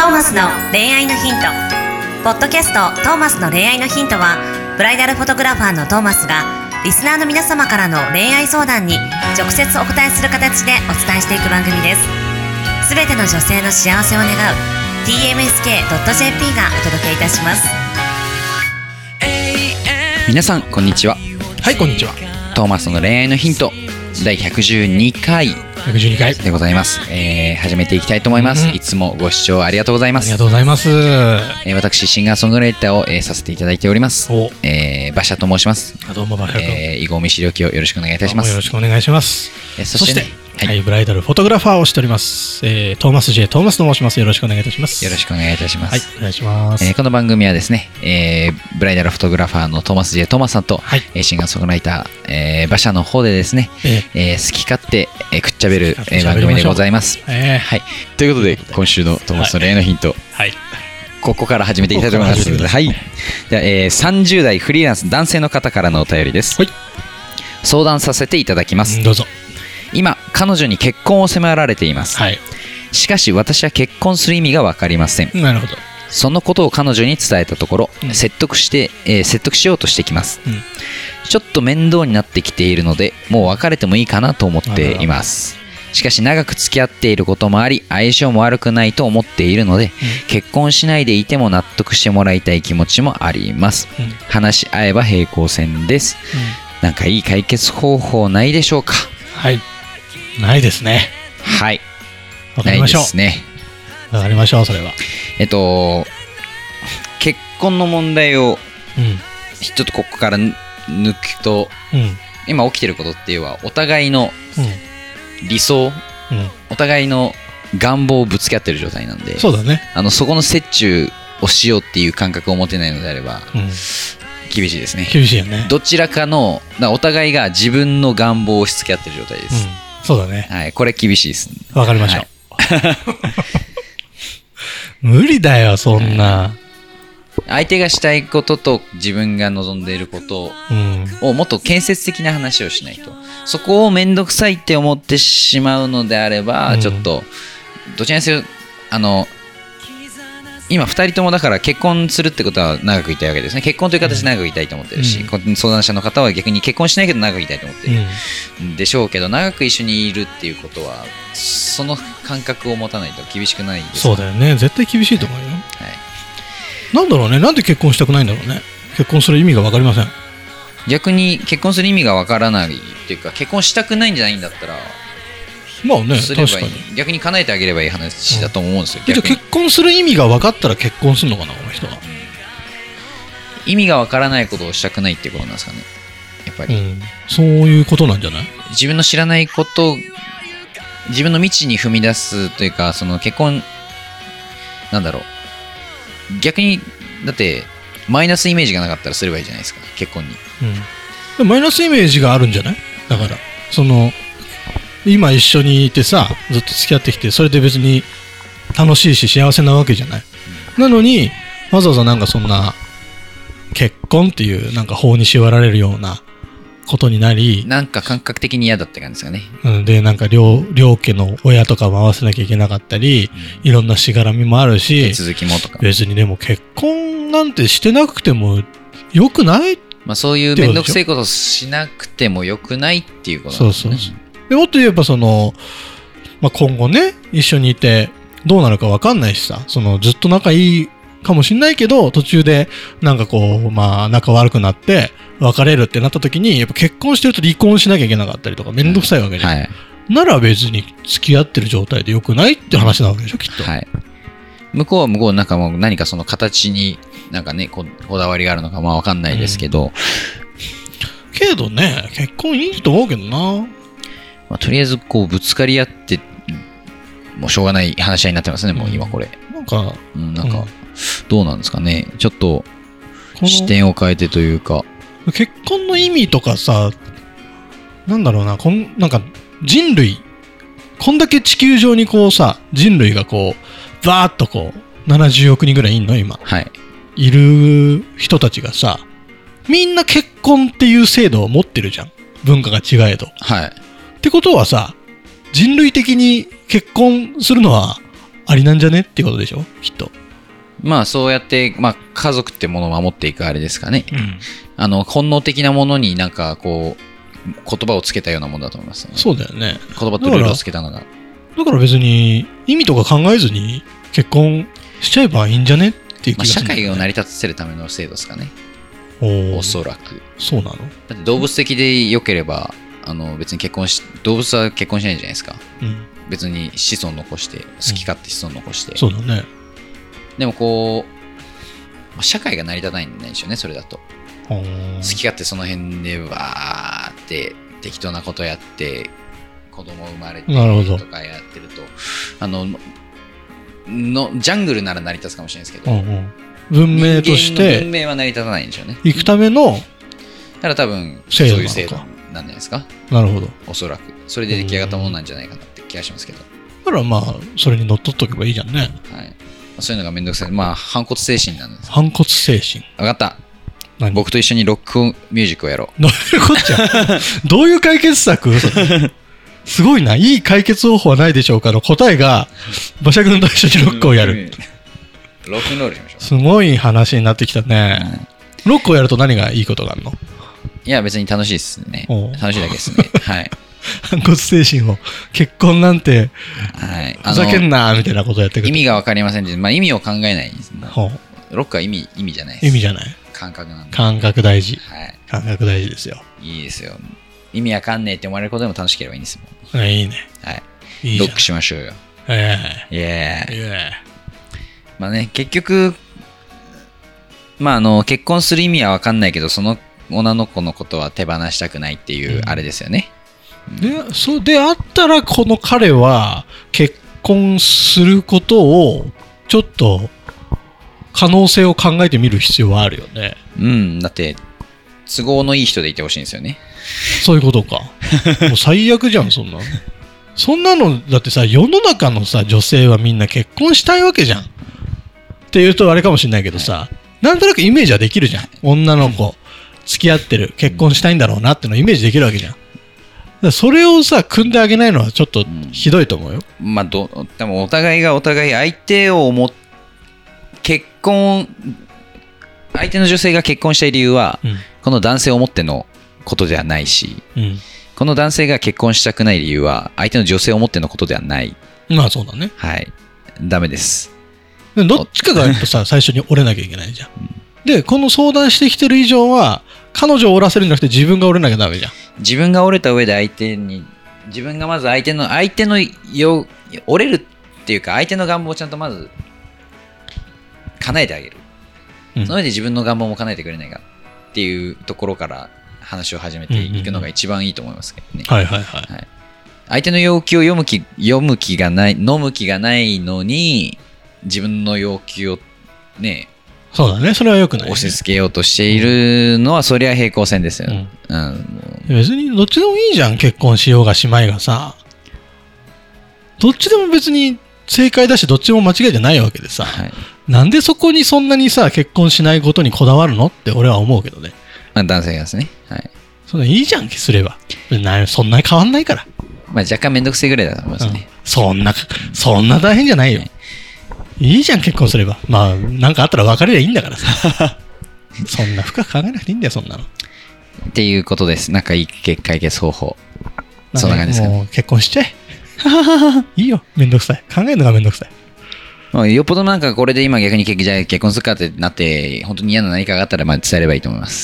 ーマスの恋愛のヒント。ポッドキャストトーマスの恋愛のヒントは、ブライダルフォトグラファーのトーマスがリスナーの皆様からの恋愛相談に直接お答えする形でお伝えしていく番組です。すべての女性の幸せを願う tmsk.jp がお届けいたします。 皆さんこんにちは。 はい、こんにちは。 トーマスの恋愛のヒント第112回でございます。始めていきたいと思います。いつもご視聴ありがとうございます。 ありがとうございます。 私シンガーソングライターを、させていただいております。馬車と申します。 どうも馬車君。 以後見知りおきをよろしくお願いいたします。 よろしくお願いします。 そしてね、 はい、ブライダルフォトグラファーをしております、トーマス J トーマスと申します。よろしくお願いいたします。 よろしくお願いいたします。 はい、お願いします。 この番組はですね、ブライダルフォトグラファーのトーマス J トーマスさんと、はい、シンガーソングライター、馬車の方でですね、好き勝手、くっちゃべる、番組でございます。はい、ということで今週のトーマスの恋愛のヒント、はい、ここから始めていきたいと思います。はい、では、30代フリーランス男性の方からのお便りです。はい、相談させていただきます。 どうぞ。今彼女に結婚を迫られています。はい、しかし私は結婚する意味が分かりません。 なるほど。 そのことを彼女に伝えたところ、説得しようとしてきます。ちょっと面倒になってきているので、もう別れてもいいかなと思っています。しかし長く付き合っていることもあり、相性も悪くないと思っているので、結婚しないでいても納得してもらいたい気持ちもあります。話し合えば平行線です。なんかいい解決方法ないでしょうか？ はい、ないですね。 はい、 わかりましょう。 ないですね。 わかりましょう。それは結婚の問題を、ちょっとここから抜くと、今起きてることっていうのはお互いの理想、お互いの願望をぶつけ合ってる状態なんで、 そうだね。 そこの折衷をしようっていう感覚を持てないのであれば、厳しいですね。 厳しいよね。 どちらかのお互いが自分の願望を押し付け合ってる状態です。 そうだね。 はい、これ厳しいです。 わかりましょう。無理だよ、そんな。 相手がしたいことと自分が望んでいることをもっと建設的な話をしないと、そこをめんどくさいって思ってしまうのであれば、ちょっとどちらにせよ今2人ともだから結婚するってことは長くいたいわけですね。結婚という形で長くいたいと思ってるし、相談者の方は逆に結婚しないけど長くいたいと思ってるでしょうけど、長く一緒にいるっていうことはその感覚を持たないと厳しくないですか？ そうだよね。絶対厳しいと思うよ。 はい、 なんだろうね。なんで結婚したくないんだろうね。結婚する意味が分かりません。 逆に結婚する意味が分からないっていうか、結婚したくないんじゃないんだったら、 まあね、 すればいい、逆に叶えてあげればいい話だと思うんですよ。 じゃあ結婚する意味が分かったら結婚するのかな、この人は。 意味が分からないことをしたくないっていうことなんですかね、やっぱり。 そういうことなんじゃない？ 自分の知らないこと、自分の未知に踏み出すというか、その結婚、なんだろう、逆にだってマイナスイメージがなかったらすればいいじゃないですか、結婚に。 マイナスイメージがあるんじゃない？だから今一緒にいてさ、ずっと付き合ってきて、それで別に楽しいし幸せなわけじゃない。なのにわざわざなんかそんな結婚っていうなんか法に縛られるようなことになり、 なんか感覚的に嫌だって感じですかね。 でなんか両家の親とかも合わせなきゃいけなかったり、いろんなしがらみもあるし、 手続きもとか。別にでも結婚なんてしてなくてもよくない？ そういうめんどくさいことしなくてもよくないっていうことなんですね。 そうでもっと言えば今後ね一緒にいてどうなるか分かんないしさ、ずっと仲いいかもしんないけど、途中でなんか仲悪くなって別れるってなった時に、やっぱ結婚してると離婚しなきゃいけなかったりとかめんどくさいわけじゃん、なら別に付き合ってる状態でよくないって話なわけでしょ、きっと。 向こうは向こうなんかもう何かその形になんかねこだわりがあるのか分かんないですけど、 けどね結婚いいと思うけどな。 とりあえずぶつかり合ってもうしょうがない話し合いになってますね、もう今これ。なんかどうなんですかね、ちょっと視点を変えてというか。 結婚の意味とかさ、なんだろうな、なんか人類こんだけ地球上に人類がバーッと70億人ぐらいいんの今、いる人たちがさ、みんな結婚っていう制度を持ってるじゃん、文化が違えど。ってことはさ、人類的に結婚するのはありなんじゃねっていうことでしょきっと。 まあそうやって、まあ家族ってものを守っていくあれですかね。 うん、 本能的なものになんかこう、言葉をつけたようなものだと思います、ね。 そうだよね。 言葉とルールをつけたのが。 だから別に意味とか考えずに結婚しちゃえばいいんじゃねっていう気がする、ね。 社会を成り立たせるための制度ですかね。おそらく。 そうなの？ だって動物的で良ければ、別に動物は結婚しないじゃないですか。 うん、 別に子孫残して、好き勝手子孫残して。 そうだね。 でもこう、社会が成り立たないんでしょうね、それだと。好き勝手その辺でわーって適当なことやって、子供生まれてとかやってると、ジャングルなら成り立つかもしれないですけど、 文明として文明は成り立たないんでしょうね。 行くための、 だから多分そういう制度なんじゃないですか。 なるほど。 おそらくそれで出来上がったものなんじゃないかなって気がしますけど。だからまあそれにのっとっとけばいいじゃんね。 はい。そういうのがめんどくさい。まあ反骨精神なんです。 反骨精神。 分かった。僕と一緒にロックミュージックをやろう。 どういうこっちゃどういう解決策すごいな。いい解決方法はないでしょうかの答えが、馬車軍と一緒にロックをやる。 ロックンロールしましょう。 すごい話になってきたね。ロックをやると何がいいことがあるの？ いや、別に楽しいですね。楽しいだけですね。はい。 反骨精神を、結婚なんて、 はい、 ふざけんなみたいなことをやってくる。 意味が分かりませんで、まあ、意味を考えないんです。ロックは意味じゃないです。 意味じゃない。 感覚なんで。 感覚大事。 はい。 感覚大事ですよ。 いいですよ。意味わかんねえって思われることでも楽しければいいんですもん。 いいね。 はい。 いいロックしましょうよ。イエーイ。まあね、結局、まあ結婚する意味はわかんないけど、その女の子のことは手放したくないっていうあれですよね。 で、そうであったら、この彼は結婚することをちょっと可能性を考えてみる必要はあるよね。 うん、だって都合のいい人でいてほしいんですよね。 そういうことか。もう最悪じゃん、そんなの。そんなのだってさ、世の中のさ女性はみんな結婚したいわけじゃん。っていうとあれかもしれないけどさ、はい、なんとなくイメージはできるじゃん。女の子付き合ってる、結婚したいんだろうなってのをイメージできるわけじゃん。それをさ組んであげないのはちょっとひどいと思うよ。 まあでもお互いがお互い相手を相手の女性が結婚したい理由は、この男性を思ってのことではないし、この男性が結婚したくない理由は相手の女性を思ってのことではない。 まあそうだね。 はい。ダメです。 どっちかがさ最初に折れなきゃいけないじゃん。でこの相談してきてる以上は彼女を折らせるんじゃなくて自分が折れなきゃダメじゃん。 自分が折れた上で自分がまず相手の折れるっていうか相手の願望をちゃんとまず叶えてあげる。その上で自分の願望も叶えてくれないかっていうところから話を始めていくのが一番いいと思いますけどね。 はいはいはい。 相手の要求を飲む気がないのに自分の要求をね、 そうだね、それは良くない、ね、 押し付けようとしているのはそりゃ平行線ですよ、 別にどっちでもいいじゃん、結婚しようがしまいがさ。どっちでも別に正解だしどっちも間違いじゃないわけでさ、はい、なんでそこにそんなにさ結婚しないことにこだわるのって俺は思うけどね。 まあ、男性がですね、はい、 それいいじゃんすればそんなに変わんないから。 まあ若干めんどくせえぐらいだと思いますね、 そんな大変じゃないよ、いいじゃん結婚すれば。まあなんかあったら別れりゃいいんだからさそんな深く考えなくていいんだよそんなのっていうことです。仲いい解決方法そんな感じですか、ね、 もう結婚しちゃえいいよ、めんどくさい、考えるのがめんどくさい。 まあ、よっぽどなんかこれで今逆にじゃあ結婚するかってなって本当に嫌な何かがあったらまあ伝えればいいと思います。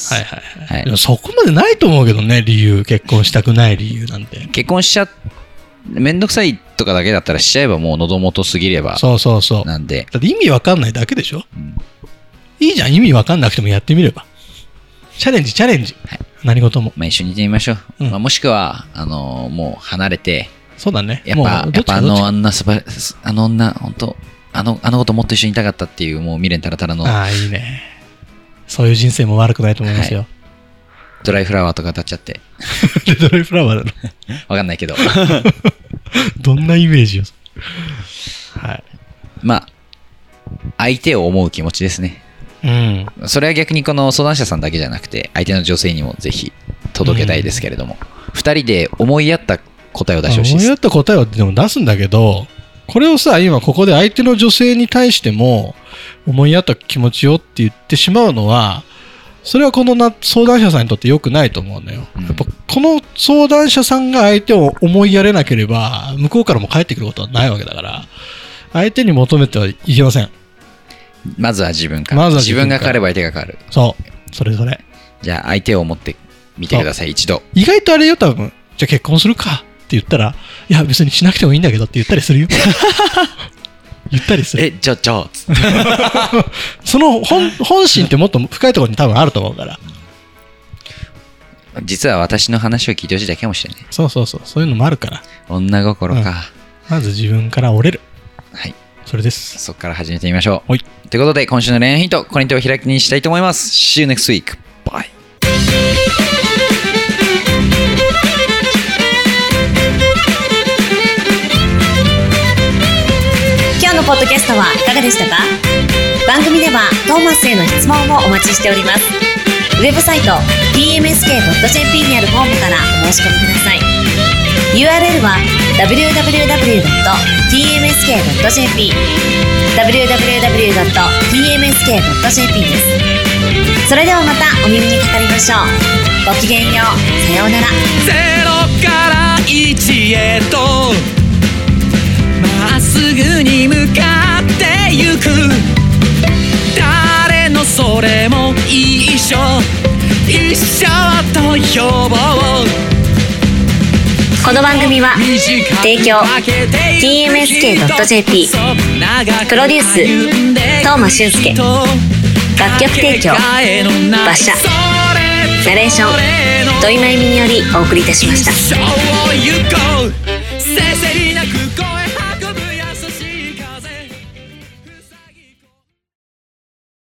はいはいはい、でもそこまでないと思うけどね、理由、結婚したくない理由なんて。 結婚しちゃめんどくさいとかだけだったらしちゃえばもう喉元すぎればそうなんで、 だって意味わかんないだけでしょ、いいじゃん、意味わかんなくてもやってみれば。チャレンジ、はい、何事も、 まあ、一緒に行ってみましょう、まあ、もしくはもう離れて、 そうだね、 やっぱあの女本当あの子ともっと一緒にいたかったっていう、もう未練たらたらの、 いいね、そういう人生も悪くないと思いますよ、 ドライフラワーとか歌っちゃってドライフラワーなのわかんないけどどんなイメージよ、はい、 まあ相手を思う気持ちですね。それは逆にこの相談者さんだけじゃなくて相手の女性にもぜひ届けたいですけれども、2人で思いやった答えを出してほしいです。 思いやった答えをでも出すんだけど、 これをさ、今ここで相手の女性に対しても思いやった気持ちよって言ってしまうのは、それはこの相談者さんにとって良くないと思うのよ。やっぱこの相談者さんが相手を思いやれなければ向こうからも返ってくることはないわけだから、相手に求めてはいけません。 まずは自分から。自分が変われば相手が変わる。 そう、それ。 じゃあ相手を思ってみてください。一度。 意外とあれよ、多分。じゃあ結婚するかって言ったら、いや別にしなくてもいいんだけどって言ったりするよ。言ったりする。 じゃあその本心ってもっと深いところに多分あると思うから。 実は私の話を聞いてほしいだけかもしれない。 そういうのもあるから。 女心か、 まず自分から折れる。 はい、 それです。 そこから始めてみましょう。 はい。 ということで今週の恋愛ヒント、これに手を開きにしたいと思います。See you next week. Bye. 今日のポッドキャストはいかがでしたか？番組ではトーマスへの質問もお待ちしております。ウェブサイト tmsk.jp にあるフォームからお申し込みください。 URL は www.tmsk.jp www.tmsk.jp です。それではまたお耳にかかりましょう。ごきげんよう。さようなら。 0から1へとまっすぐに向かってゆく、誰のそれも一緒と呼ぼう。 この番組は提供 tmsk.jp プロデュース東間俊介、楽曲提供馬車、ナレーション土井真由美によりお送りいたしました。